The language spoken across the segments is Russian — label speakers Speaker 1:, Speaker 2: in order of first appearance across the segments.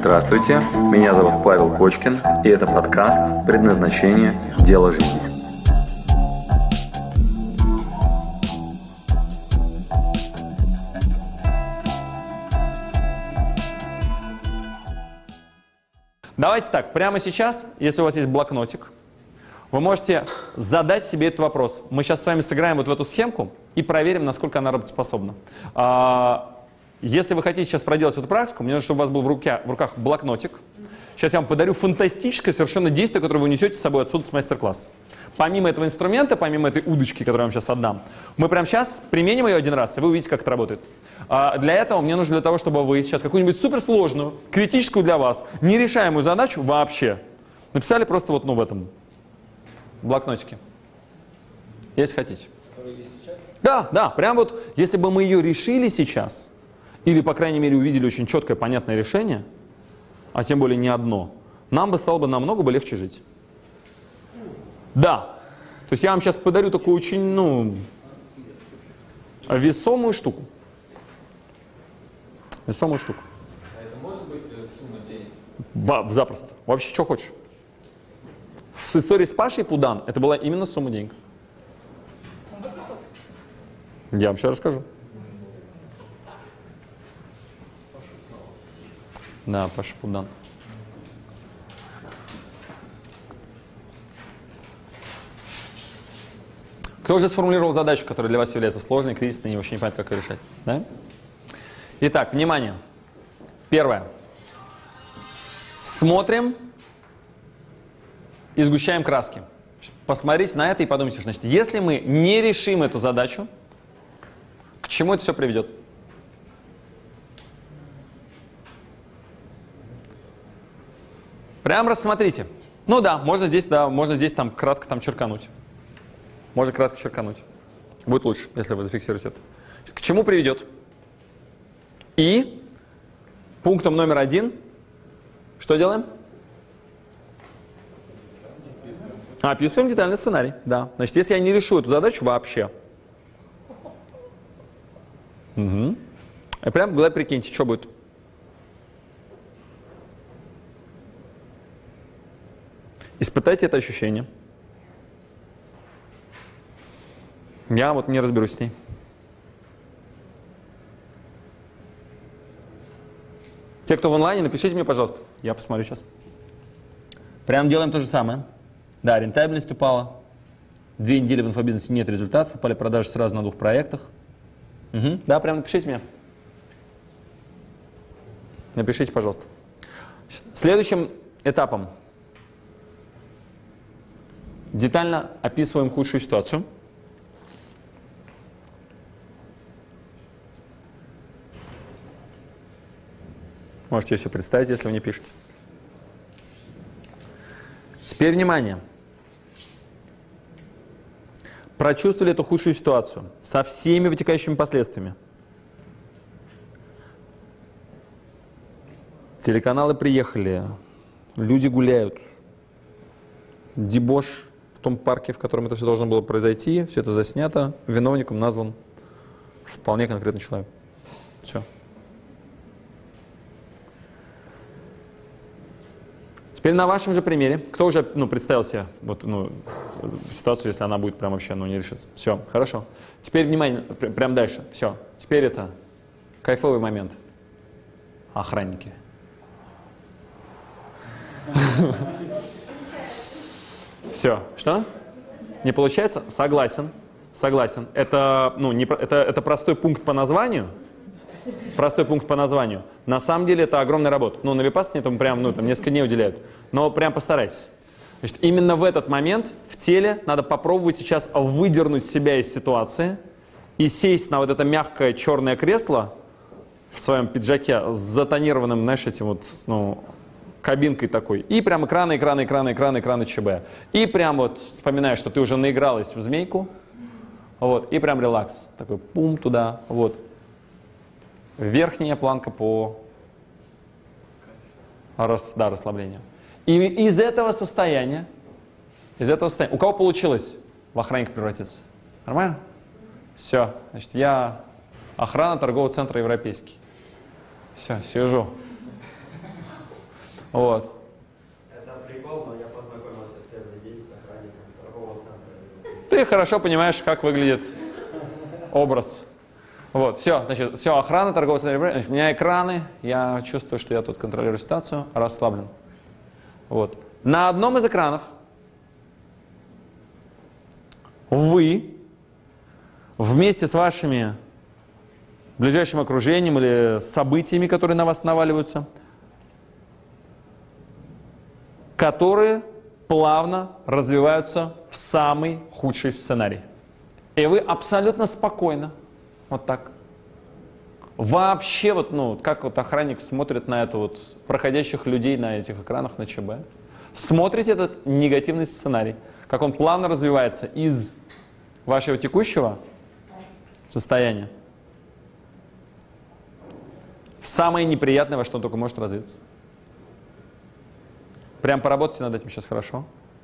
Speaker 1: Здравствуйте, меня зовут Павел Кочкин, и это подкаст «Предназначение. Дело жизни».
Speaker 2: Давайте так, прямо сейчас, если у вас есть блокнотик, вы можете задать себе этот вопрос. Мы сейчас с вами сыграем вот в эту схемку и проверим, насколько она работоспособна. Если вы хотите сейчас проделать эту практику, мне нужно, чтобы у вас был в руках блокнотик. Сейчас я вам подарю фантастическое совершенно действие, которое вы несете с собой отсюда с мастер-класса. Помимо этого инструмента, помимо этой удочки, которую я вам сейчас отдам, мы прямо сейчас применим ее один раз, и вы увидите, как это работает. Для этого мне нужно для того, чтобы вы сейчас какую-нибудь суперсложную, критическую для вас, нерешаемую задачу вообще написали просто вот в этом блокнотике. Если хотите. Да, прям вот, если бы мы ее решили сейчас, или, по крайней мере, увидели очень четкое, понятное решение, а тем более не одно, нам бы стало бы намного легче жить. Да. То есть я вам сейчас подарю такую очень, весомую штуку. Весомую штуку.
Speaker 3: А это может быть сумма денег?
Speaker 2: Запросто. Вообще, что хочешь. В истории с Пашей Пудан это была именно сумма денег. Я вам сейчас расскажу. Да, Паша Пудан. Кто уже сформулировал задачу, которая для вас является сложной, кризисной, и вообще не понятно, как ее решать? Да? Итак, внимание. Первое. Смотрим и сгущаем краски. Посмотрите на это и подумайте, значит, если мы не решим эту задачу, к чему это все приведет? Прям рассмотрите. Можно здесь там кратко черкануть. Можно кратко черкануть. Будет лучше, если вы зафиксируете это. К чему приведет? И пунктом номер 1 что делаем? Описываем детальный сценарий. Да. Значит, если я не решу эту задачу вообще, прям в голове прикиньте, что будет. Испытайте это ощущение. Я не разберусь с ней. Те, кто в онлайне, напишите мне, пожалуйста. Я посмотрю сейчас. Прям делаем то же самое. Да, рентабельность упала. 2 недели в инфобизнесе нет результатов. Упали продажи сразу на 2 проектах. Да, прям напишите мне. Напишите, пожалуйста. Следующим этапом. Детально описываем худшую ситуацию. Можете ее себе представить, если вы не пишете. Теперь внимание. Прочувствовали эту худшую ситуацию со всеми вытекающими последствиями. Телеканалы приехали, люди гуляют. Дебош в том парке, в котором это все должно было произойти, все это заснято, виновником назван вполне конкретный человек. Все. Теперь на вашем же примере, кто уже представил себе ситуацию, если она будет прям вообще не решится. Все, хорошо. Теперь внимание, прям дальше. Все. Теперь это кайфовый момент. Охранники. Все. Что? Не получается? Согласен. Это простой пункт по названию. На самом деле это огромная работа. На випассане там прям, несколько дней уделяют. Но прям постарайтесь. Значит, именно в этот момент в теле надо попробовать сейчас выдернуть себя из ситуации и сесть на это мягкое черное кресло в своем пиджаке с затонированным, этим кабинкой такой. И прям экраны ЧБ. И прям вспоминаешь, что ты уже наигралась в змейку. И прям релакс. Такой пум туда. Верхняя планка по расслаблению. И из этого состояния, у кого получилось в охранника превратиться? Нормально? Все. Значит, я охрана торгового центра «Европейский». Все, сижу. Вот.
Speaker 3: Это прикол, но я познакомился в первый день с охранником торгового центра.
Speaker 2: Ты хорошо понимаешь, как выглядит образ. Вот, все, значит, все, охрана, торгового центра. У меня экраны, я чувствую, что я тут контролирую ситуацию, расслаблен. Вот. На одном из экранов вы вместе с вашими ближайшим окружением или событиями, которые на вас наваливаются, которые плавно развиваются в самый худший сценарий. И вы абсолютно спокойно, вот так, вообще вот, ну, как вот охранник смотрит на это вот, проходящих людей на этих экранах на ЧБ, смотрите этот негативный сценарий, как он плавно развивается из вашего текущего состояния в самое неприятное, во что он только может развиться. Прям поработайте над этим сейчас хорошо.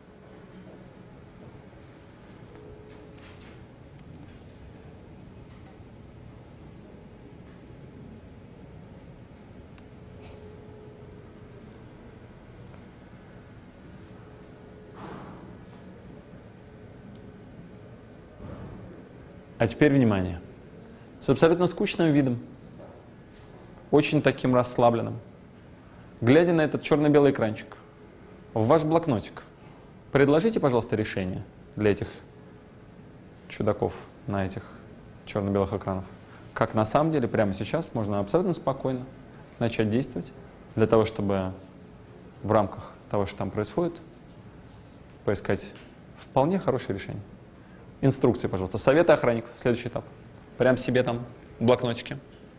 Speaker 2: А теперь внимание. С абсолютно скучным видом, очень таким расслабленным, глядя на этот черно-белый экранчик, в ваш блокнотик, предложите, пожалуйста, решение для этих чудаков на этих черно-белых экранах. Как на самом деле прямо сейчас можно абсолютно спокойно начать действовать для того, чтобы в рамках того, что там происходит, поискать вполне хорошее решение. Инструкции, пожалуйста. Советы охранников. Следующий этап. Прям себе там в блокнотике.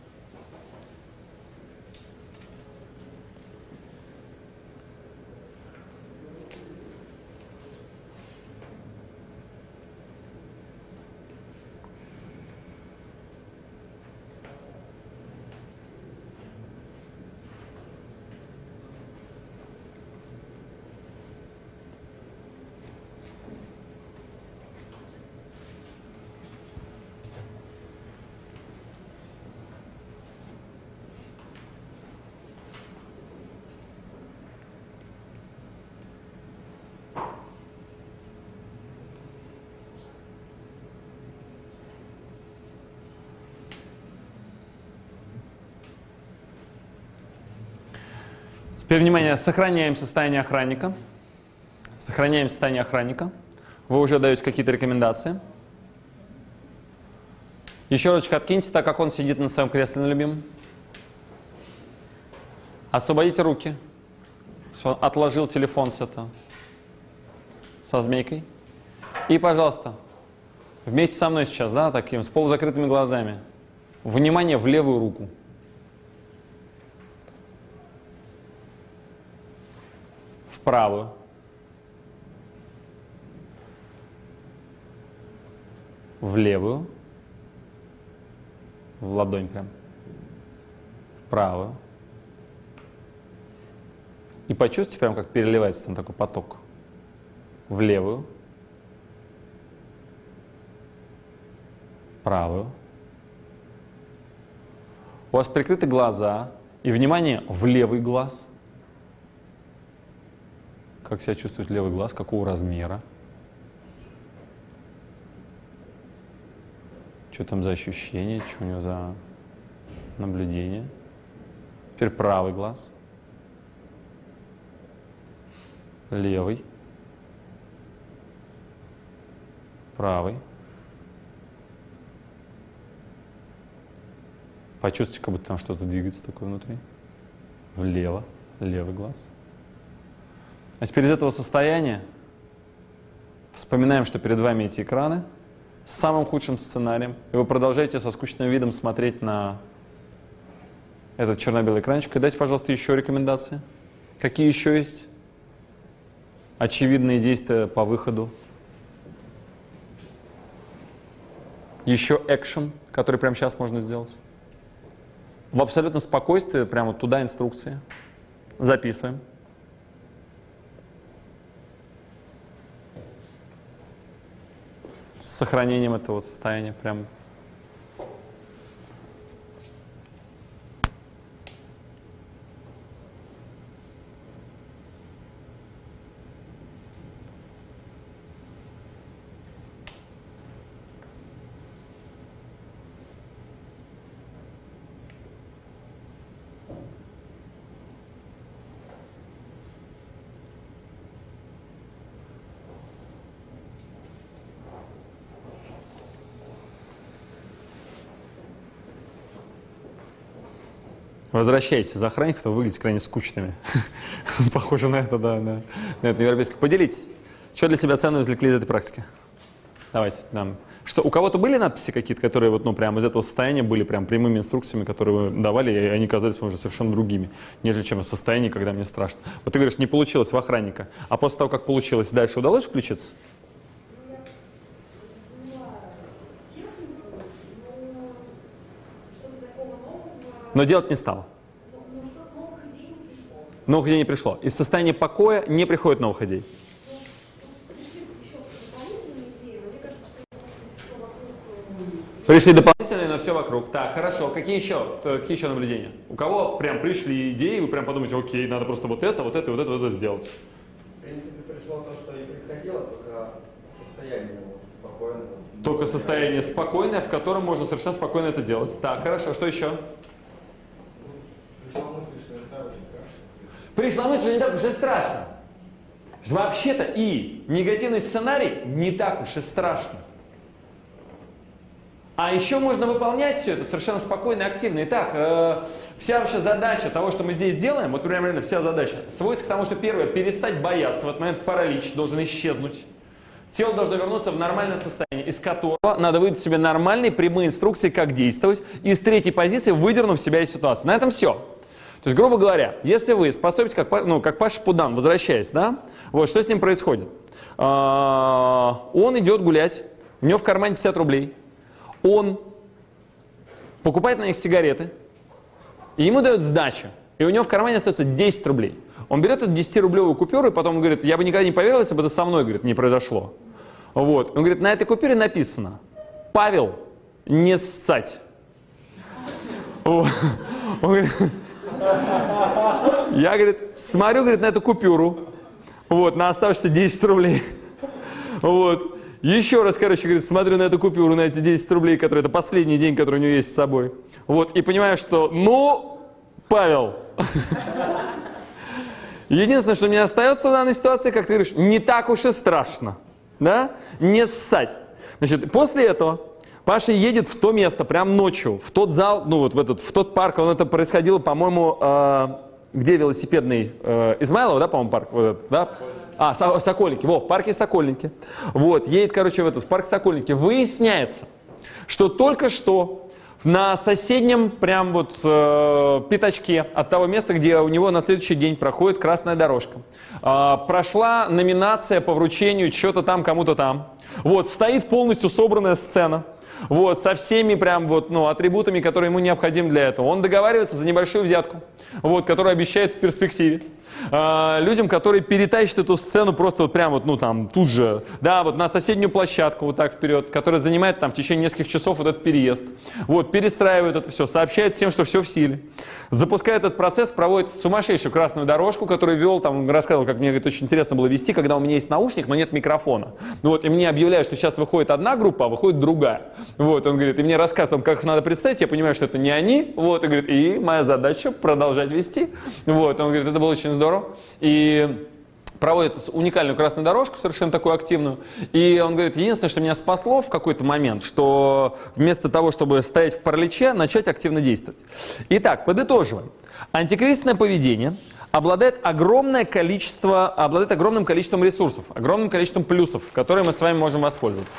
Speaker 2: Теперь, внимание, сохраняем состояние охранника. Сохраняем состояние охранника. Вы уже даете какие-то рекомендации. Еще разочек откиньте, так как он сидит на своем кресле на любимом. Освободите руки. Он отложил телефон со змейкой. И, пожалуйста, вместе со мной сейчас, да, таким, с полузакрытыми глазами. Внимание в левую руку. В правую. В левую. В ладонь прям. В правую. И почувствуйте прям, как переливается там такой поток. В левую. В правую. У вас прикрыты глаза. И, внимание, в левый глаз. Как себя чувствует левый глаз, какого размера. Что там за ощущение, что у него за наблюдение. Теперь правый глаз. Левый. Правый. Почувствуйте, как будто там что-то двигается такое внутри. Влево. Левый глаз. А теперь из этого состояния вспоминаем, что перед вами эти экраны с самым худшим сценарием, и вы продолжаете со скучным видом смотреть на этот черно-белый экранчик. И дайте, пожалуйста, еще рекомендации. Какие еще есть очевидные действия по выходу? Еще экшен, который прямо сейчас можно сделать. В абсолютном спокойствии, прямо туда инструкции. Записываем. С сохранением этого состояния прям. Возвращайтесь из охранников, то вы выглядите крайне скучными. Похоже на это, да, на это европейское. Поделитесь, что для себя ценного извлекли из этой практики? Давайте, да. Что, у кого-то были надписи какие-то, которые вот, ну, прямо из этого состояния были прям прямыми инструкциями, которые вы давали, и они казались уже совершенно другими, нежели чем в состоянии, когда мне страшно. Вот ты говоришь, не получилось в охранника, а после того, как получилось, дальше удалось включиться? Но делать не стало. Новых идей не пришло. Из состояния покоя не приходит новых идей. Пришли дополнительные, но все вокруг. Так, хорошо. Какие еще наблюдения? У кого прям пришли идеи, вы прям подумаете, окей, надо просто вот это, вот это, вот это, вот это сделать.
Speaker 3: В принципе, пришло то, что и приходило, только состояние спокойное.
Speaker 2: Только состояние спокойное, в котором можно совершенно спокойно это делать. Так, хорошо. Что еще?
Speaker 3: Пришла мысль, что это очень страшно.
Speaker 2: Пришла мысль, что не так уж и страшно. Вообще-то и негативный сценарий не так уж и страшно. А еще можно выполнять все это совершенно спокойно и активно. Итак, вся вообще задача того, что мы здесь делаем, вот прям реально вся задача, сводится к тому, что первое, перестать бояться. В этот момент паралич должен исчезнуть. Тело должно вернуться в нормальное состояние, из которого надо выдать себе нормальные прямые инструкции, как действовать, и с третьей позиции выдернув себя из ситуации. На этом все. То есть, грубо говоря, если вы способите, как Паша Пудан, возвращаясь, да, вот что с ним происходит? Он идет гулять, у него в кармане 50 рублей. Он покупает на них сигареты, и ему дают сдачу, и у него в кармане остается 10 рублей. Он берет эту 10-рублевую купюру, и потом говорит, я бы никогда не поверил, если бы это со мной, говорит, не произошло. Вот. Он говорит, на этой купюре написано, Павел, не ссать. Он говорит, я, говорит, смотрю, говорит, на эту купюру, вот, на оставшиеся 10 рублей, вот. Еще раз, короче, говорит, смотрю на эту купюру, на эти 10 рублей, которые это последний день, который у него есть с собой. Вот, и понимаю, что, ну, Павел, единственное, что мне остается в данной ситуации, как ты говоришь, не так уж и страшно, да, не ссать. Значит, после этого Паша едет в то место, прям ночью, в тот зал, ну, вот в тот парк, это происходило, по-моему, где велосипедный, Измайлово, да, по-моему, парк, вот этот, да? Сокольники, в парке Сокольники. Вот, едет, короче, в парк Сокольники. Выясняется, что только что на соседнем прям вот пятачке от того места, где у него на следующий день проходит красная дорожка, прошла номинация по вручению чего-то там, кому-то там. Вот, стоит полностью собранная сцена. Вот, со всеми прям вот, ну, атрибутами, которые ему необходимы для этого. Он договаривается за небольшую взятку, вот, которую обещает в перспективе. Людям, которые перетащат эту сцену просто вот прям вот, ну, там, тут же, да, вот на соседнюю площадку вот так вперед, которая занимает там в течение нескольких часов вот этот переезд. Вот, перестраивают это все, сообщает всем, что все в силе. Запускает этот процесс, проводит сумасшедшую красную дорожку, которую вел, там, рассказывал, как мне, говорит, очень интересно было вести, когда у меня есть наушник, но нет микрофона. Вот, и мне объявляют, что сейчас выходит одна группа, а выходит другая. Вот, он говорит, и мне рассказывает, как их надо представить, я понимаю, что это не они, вот, и говорит, и моя задача продолжать вести. Вот, он говорит, это было очень здорово. И проводит уникальную красную дорожку, совершенно такую активную. И он говорит, единственное, что меня спасло в какой-то момент, что вместо того, чтобы стоять в параличе, начать активно действовать. Итак, подытоживаем. Антикризисное поведение обладает огромным количеством ресурсов, огромным количеством плюсов, которые мы с вами можем воспользоваться.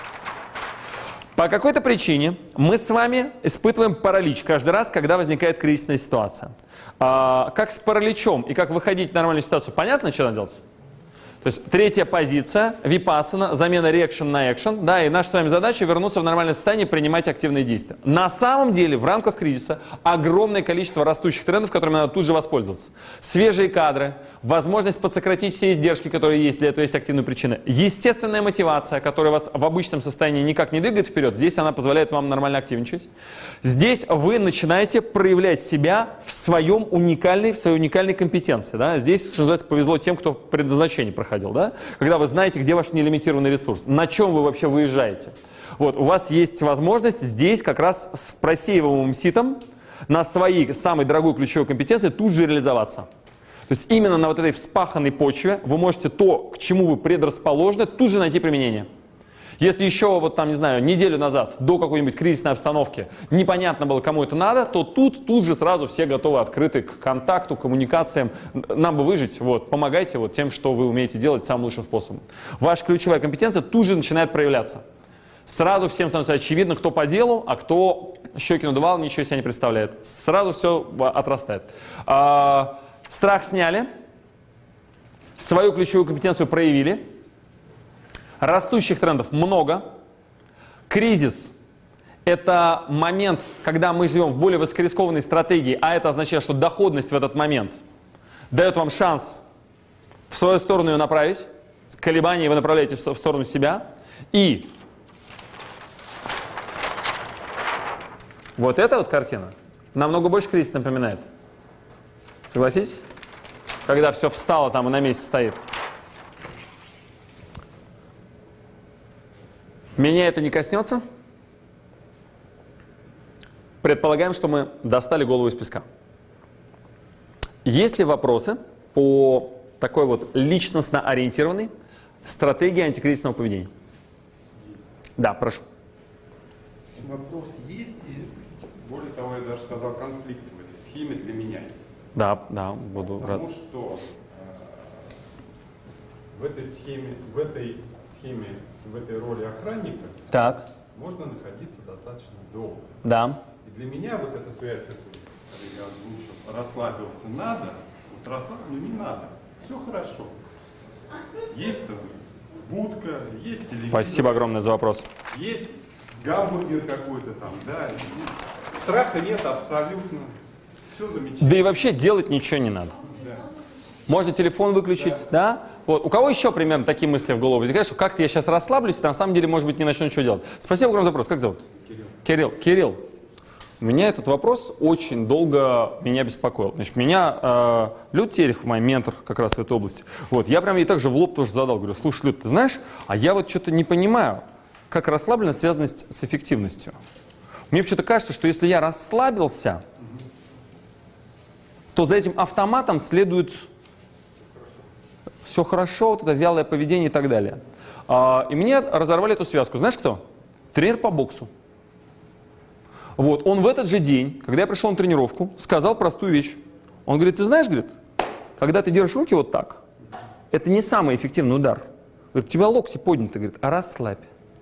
Speaker 2: По какой-то причине мы с вами испытываем паралич каждый раз, когда возникает кризисная ситуация. Как с параличом и как выходить в нормальную ситуацию, понятно, что надо делать? То есть третья позиция, випассана, замена реакшн на экшен, да, и наша с вами задача вернуться в нормальное состояние и принимать активные действия. На самом деле в рамках кризиса огромное количество растущих трендов, которыми надо тут же воспользоваться. Свежие кадры, возможность подсократить все издержки, которые есть, для этого есть активная причина. Естественная мотивация, которая вас в обычном состоянии никак не двигает вперед, здесь она позволяет вам нормально активничать. Здесь вы начинаете проявлять себя в своей уникальной компетенции. Да? Здесь, что называется, повезло тем, кто предназначение проходил. Да? Когда вы знаете, где ваш нелимитированный ресурс, на чем вы вообще выезжаете. Вот, у вас есть возможность здесь как раз с просеиваемым ситом на своей самой дорогой ключевой компетенции тут же реализоваться. То есть именно на вот этой вспаханной почве вы можете то, к чему вы предрасположены, тут же найти применение. Если еще, вот там, не знаю, неделю назад, до какой-нибудь кризисной обстановки, непонятно было, кому это надо, то тут же сразу все готовы, открыты к контакту, к коммуникациям. Нам бы выжить, вот, помогайте вот тем, что вы умеете делать самым лучшим способом. Ваша ключевая компетенция тут же начинает проявляться. Сразу всем становится очевидно, кто по делу, а кто щеки надувал, ничего себе не представляет. Сразу все отрастает. Страх сняли, свою ключевую компетенцию проявили. Растущих трендов много. Кризис – это момент, когда мы живем в более высокорискованной стратегии, а это означает, что доходность в этот момент дает вам шанс в свою сторону ее направить. Колебания вы направляете в сторону себя. И вот эта вот картина намного больше кризис напоминает. Согласитесь? Когда все встало там и на месте стоит. Меня это не коснется. Предполагаем, что мы достали голову из песка. Есть ли вопросы по такой вот личностно ориентированной стратегии антикризисного поведения? Да, прошу.
Speaker 4: Вопрос есть, и более того, я даже сказал, конфликт в этой схеме для меня есть.
Speaker 2: Да, буду рад.
Speaker 4: Потому что в этой роли охранника
Speaker 2: Так,
Speaker 4: можно находиться достаточно долго.
Speaker 2: да.
Speaker 4: И для меня вот эта связь, которую я озвучил, расслабился надо, вот расслаблю не надо. Все хорошо. Есть там будка, есть телевизор.
Speaker 2: Спасибо огромное за вопрос.
Speaker 4: Есть гамбургер какой-то там, да. Страха нет абсолютно. Все замечательно.
Speaker 2: Да и вообще делать ничего не надо.
Speaker 4: Да.
Speaker 2: Можно телефон выключить, да? Вот. У кого еще примерно такие мысли в голову возникают, что как-то я сейчас расслаблюсь, на самом деле, может быть, не начну ничего делать? Спасибо огромное за вопрос. Как зовут? Кирилл. Меня этот вопрос очень долго меня беспокоил. Значит, меня Люд Терехов, мой ментор как раз в этой области, вот, я прям ей также в лоб тоже задал, говорю, слушай, Люд, ты знаешь, а я вот что-то не понимаю, как расслабленность связана с эффективностью. Мне почему-то кажется, что если я расслабился, то за этим автоматом следует все хорошо, вот это вялое поведение и так далее. И мне разорвали эту связку. Знаешь кто? Тренер по боксу. Вот, он в этот же день, когда я пришел на тренировку, сказал простую вещь. Он говорит, ты знаешь, говорит, когда ты держишь руки вот так, это не самый эффективный удар. Говорит, у тебя локти подняты, говорит, а расслабь.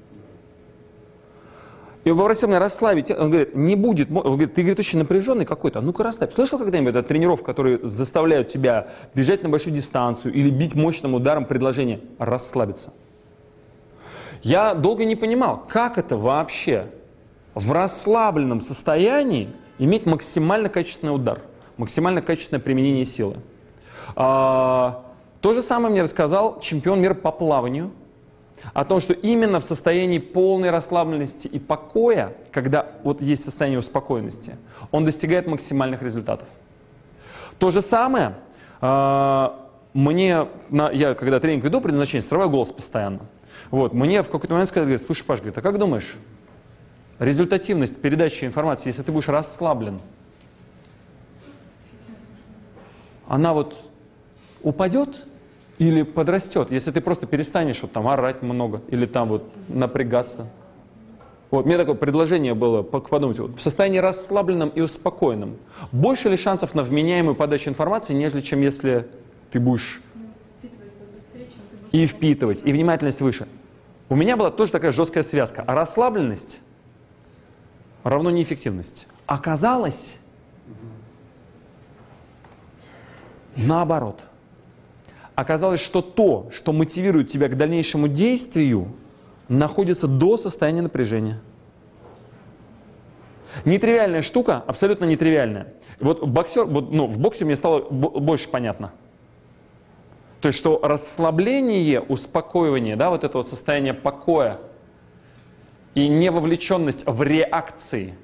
Speaker 2: И он попросил меня расслабить. Он говорит, не будет, он говорит, ты, говорит, очень напряженный какой-то, а ну-ка расслабь. Слышал когда-нибудь это тренировку, которые заставляют тебя бежать на большую дистанцию или бить мощным ударом предложение расслабиться? Я долго не понимал, как это вообще в расслабленном состоянии иметь максимально качественный удар, максимально качественное применение силы. То же самое мне рассказал чемпион мира по плаванию, о том, что именно в состоянии полной расслабленности и покоя, когда вот есть состояние успокоенности, он достигает максимальных результатов. То же самое, я когда тренинг веду, предназначение, срываю голос постоянно. Вот, мне в какой-то момент сказали, говорит, слушай, Паш, говорит, а как думаешь, результативность передачи информации, если ты будешь расслаблен, она вот упадет или подрастет, если ты просто перестанешь вот там орать много или там вот напрягаться? Вот, мне такое предложение было подумать, вот, в состоянии расслабленном и успокоенном больше ли шансов на вменяемую подачу информации, нежели чем если ты будешь и впитывать, и внимательность выше? У меня была тоже такая жесткая связка. А расслабленность равно неэффективность. Оказалось, наоборот. Оказалось, что то, что мотивирует тебя к дальнейшему действию, находится до состояния напряжения. Нетривиальная штука, абсолютно нетривиальная. Вот боксер, в боксе мне стало больше понятно. То есть, что расслабление, успокоивание, да, вот этого состояния покоя и невовлеченность в реакции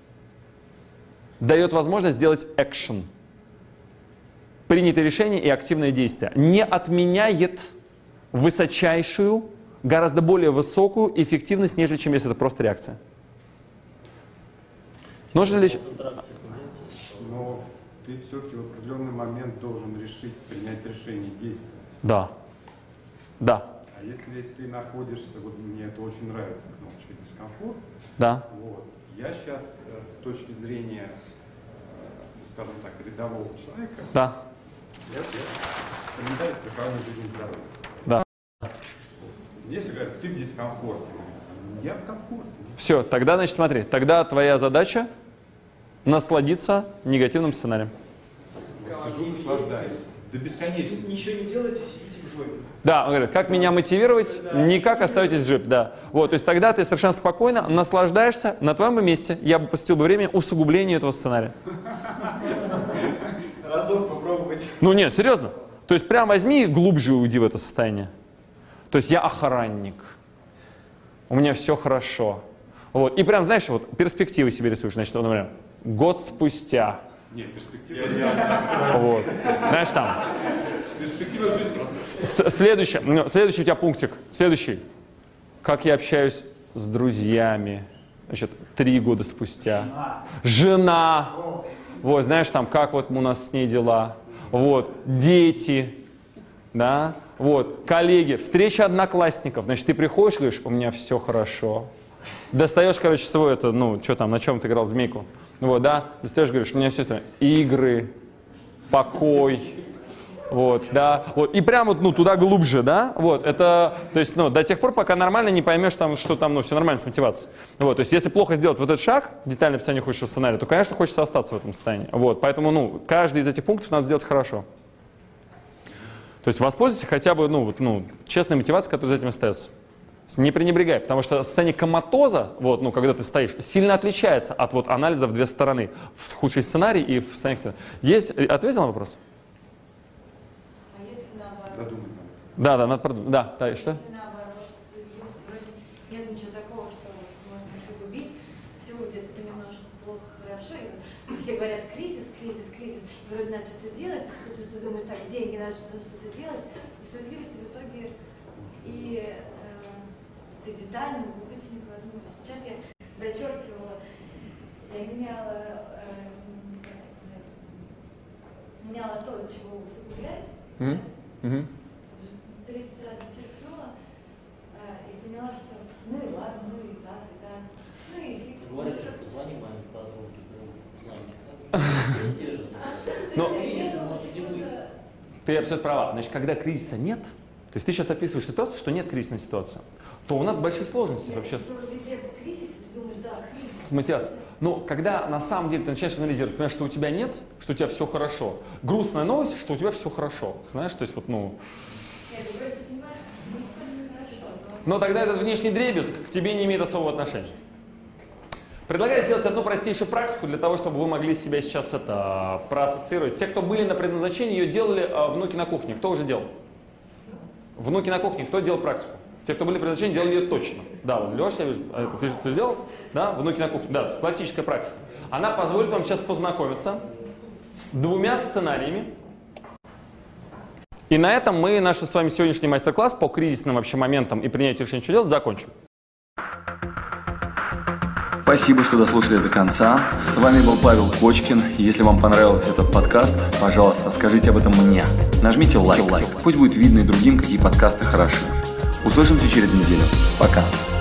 Speaker 2: дает возможность сделать экшен. Принятое решение и активное действие. Не отменяет высочайшую, гораздо более высокую эффективность, нежели чем если это просто реакция. Нужно ли...
Speaker 4: Но ты все-таки в определенный момент должен решить, принять решение действовать.
Speaker 2: Да. Да.
Speaker 4: А если ты находишься, вот мне это очень нравится, кнопочка дискомфорт.
Speaker 2: Да.
Speaker 4: Вот. Я сейчас с точки зрения, скажем так, рядового человека,
Speaker 2: Да.
Speaker 4: я комментарий страхования жизни и здоровья.
Speaker 2: Да.
Speaker 4: Если говорят, ты в дискомфорте, я в комфорте.
Speaker 2: Все, тогда, значит, смотри, тогда твоя задача насладиться негативным сценарием.
Speaker 4: Я сижу, наслаждаюсь. До бесконечности.
Speaker 3: Ничего не делайте, сидите в жопе.
Speaker 2: Да, он говорит, как меня мотивировать, никак оставайтесь в джипе, да. Вот, то есть тогда ты совершенно спокойно наслаждаешься, на твоем месте я бы посвятил бы время усугублению этого сценария.
Speaker 3: Разок попробовать.
Speaker 2: Ну нет, серьезно. То есть прям возьми и глубже уйди в это состояние. То есть я охранник, у меня все хорошо. Вот. И прям, знаешь, вот перспективы себе рисуешь, значит, вот, например, год спустя.
Speaker 4: Нет, перспектива реально.
Speaker 2: Вот. Знаешь, там.
Speaker 4: Перспектива жизни просто.
Speaker 2: Следующий у тебя пунктик. Следующий. Как я общаюсь с друзьями. Значит, 3 года спустя. Жена. Вот, знаешь, там, как вот у нас с ней дела. Вот, дети. Да. Вот, коллеги. Встреча одноклассников. Значит, ты приходишь и говоришь, у меня все хорошо. Достаешь, короче, свой это, ну, что там, на чем ты играл, змейку. Вот, да, достаешь, говоришь, у меня все это, игры, покой, вот, да, вот, и прям вот, ну, туда глубже, да, вот, это, то есть, ну, до тех пор, пока нормально не поймешь там, что там, ну, все нормально с мотивацией. Вот, то есть, если плохо сделать вот этот шаг, детальное описание хочешь сценария, то, конечно, хочется остаться в этом состоянии. Вот, поэтому, ну, каждый из этих пунктов надо сделать хорошо. То есть, воспользуйся хотя бы, ну, вот, ну, честной мотивацией, которая за этим остается. Не пренебрегай, потому что состояние коматоза, вот, ну, когда ты стоишь, сильно отличается от вот, анализа в две стороны. В худший сценарий и в состоянии. Есть, ответил на вопрос?
Speaker 5: А если наоборот?
Speaker 4: Додумать надо.
Speaker 2: Да, да, надо продумать. Да, и что?
Speaker 5: Если наоборот, вроде нет ничего такого, что можно усугубить, всего где-то понемножку плохо, хорошо, и все говорят кризис, кризис, кризис, и вроде надо что-то делать, тут же ты думаешь, так, деньги, надо что-то делать, и справедливости в итоге и ты детально глубокий продумываешь. Сейчас я зачеркивала, я меняла то, чего усугублять. 30 раз зачеркнула и поняла, что ну и ладно, ну и так, и так. Ну и фиг.
Speaker 6: Говорят, что позвони маме подруге, знаете,
Speaker 2: Но
Speaker 6: кризиса может не быть.
Speaker 2: ты абсолютно права. Значит, когда кризиса нет, то есть ты сейчас описываешь ситуацию, что нет кризисной ситуации, то у нас большие сложности вообще
Speaker 5: Кризис, ты думаешь, да, кризис.
Speaker 2: с мотивацией. Но когда на самом деле ты начинаешь анализировать, понимаешь, что у тебя нет, что у тебя все хорошо. Грустная новость, что у тебя все хорошо. Знаешь, то есть вот, ну...
Speaker 5: Нет, ты вроде понимаешь, что все нехорошо.
Speaker 2: Но тогда этот внешний дребезг к тебе не имеет особого отношения. Предлагаю сделать одну простейшую практику для того, чтобы вы могли себя сейчас это проассоциировать. Те, кто были на предназначении, ее делали внуки на кухне. Кто уже делал? Внуки на кухне. Кто делал практику? Те, кто были на предназначении, делали ее точно. Да, вот Леша, я вижу, ты же делал? Да, внуки на кухне. Да, классическая практика. Она позволит вам сейчас познакомиться с 2 сценариями. И на этом мы наш с вами сегодняшний мастер-класс по кризисным вообще моментам и принятию решения, что делать, закончим.
Speaker 1: Спасибо, что дослушали до конца. С вами был Павел Кочкин. Если вам понравился этот подкаст, пожалуйста, скажите об этом мне. Нажмите лайк. Пусть будет видно и другим, какие подкасты хороши. Услышимся через неделю. Пока.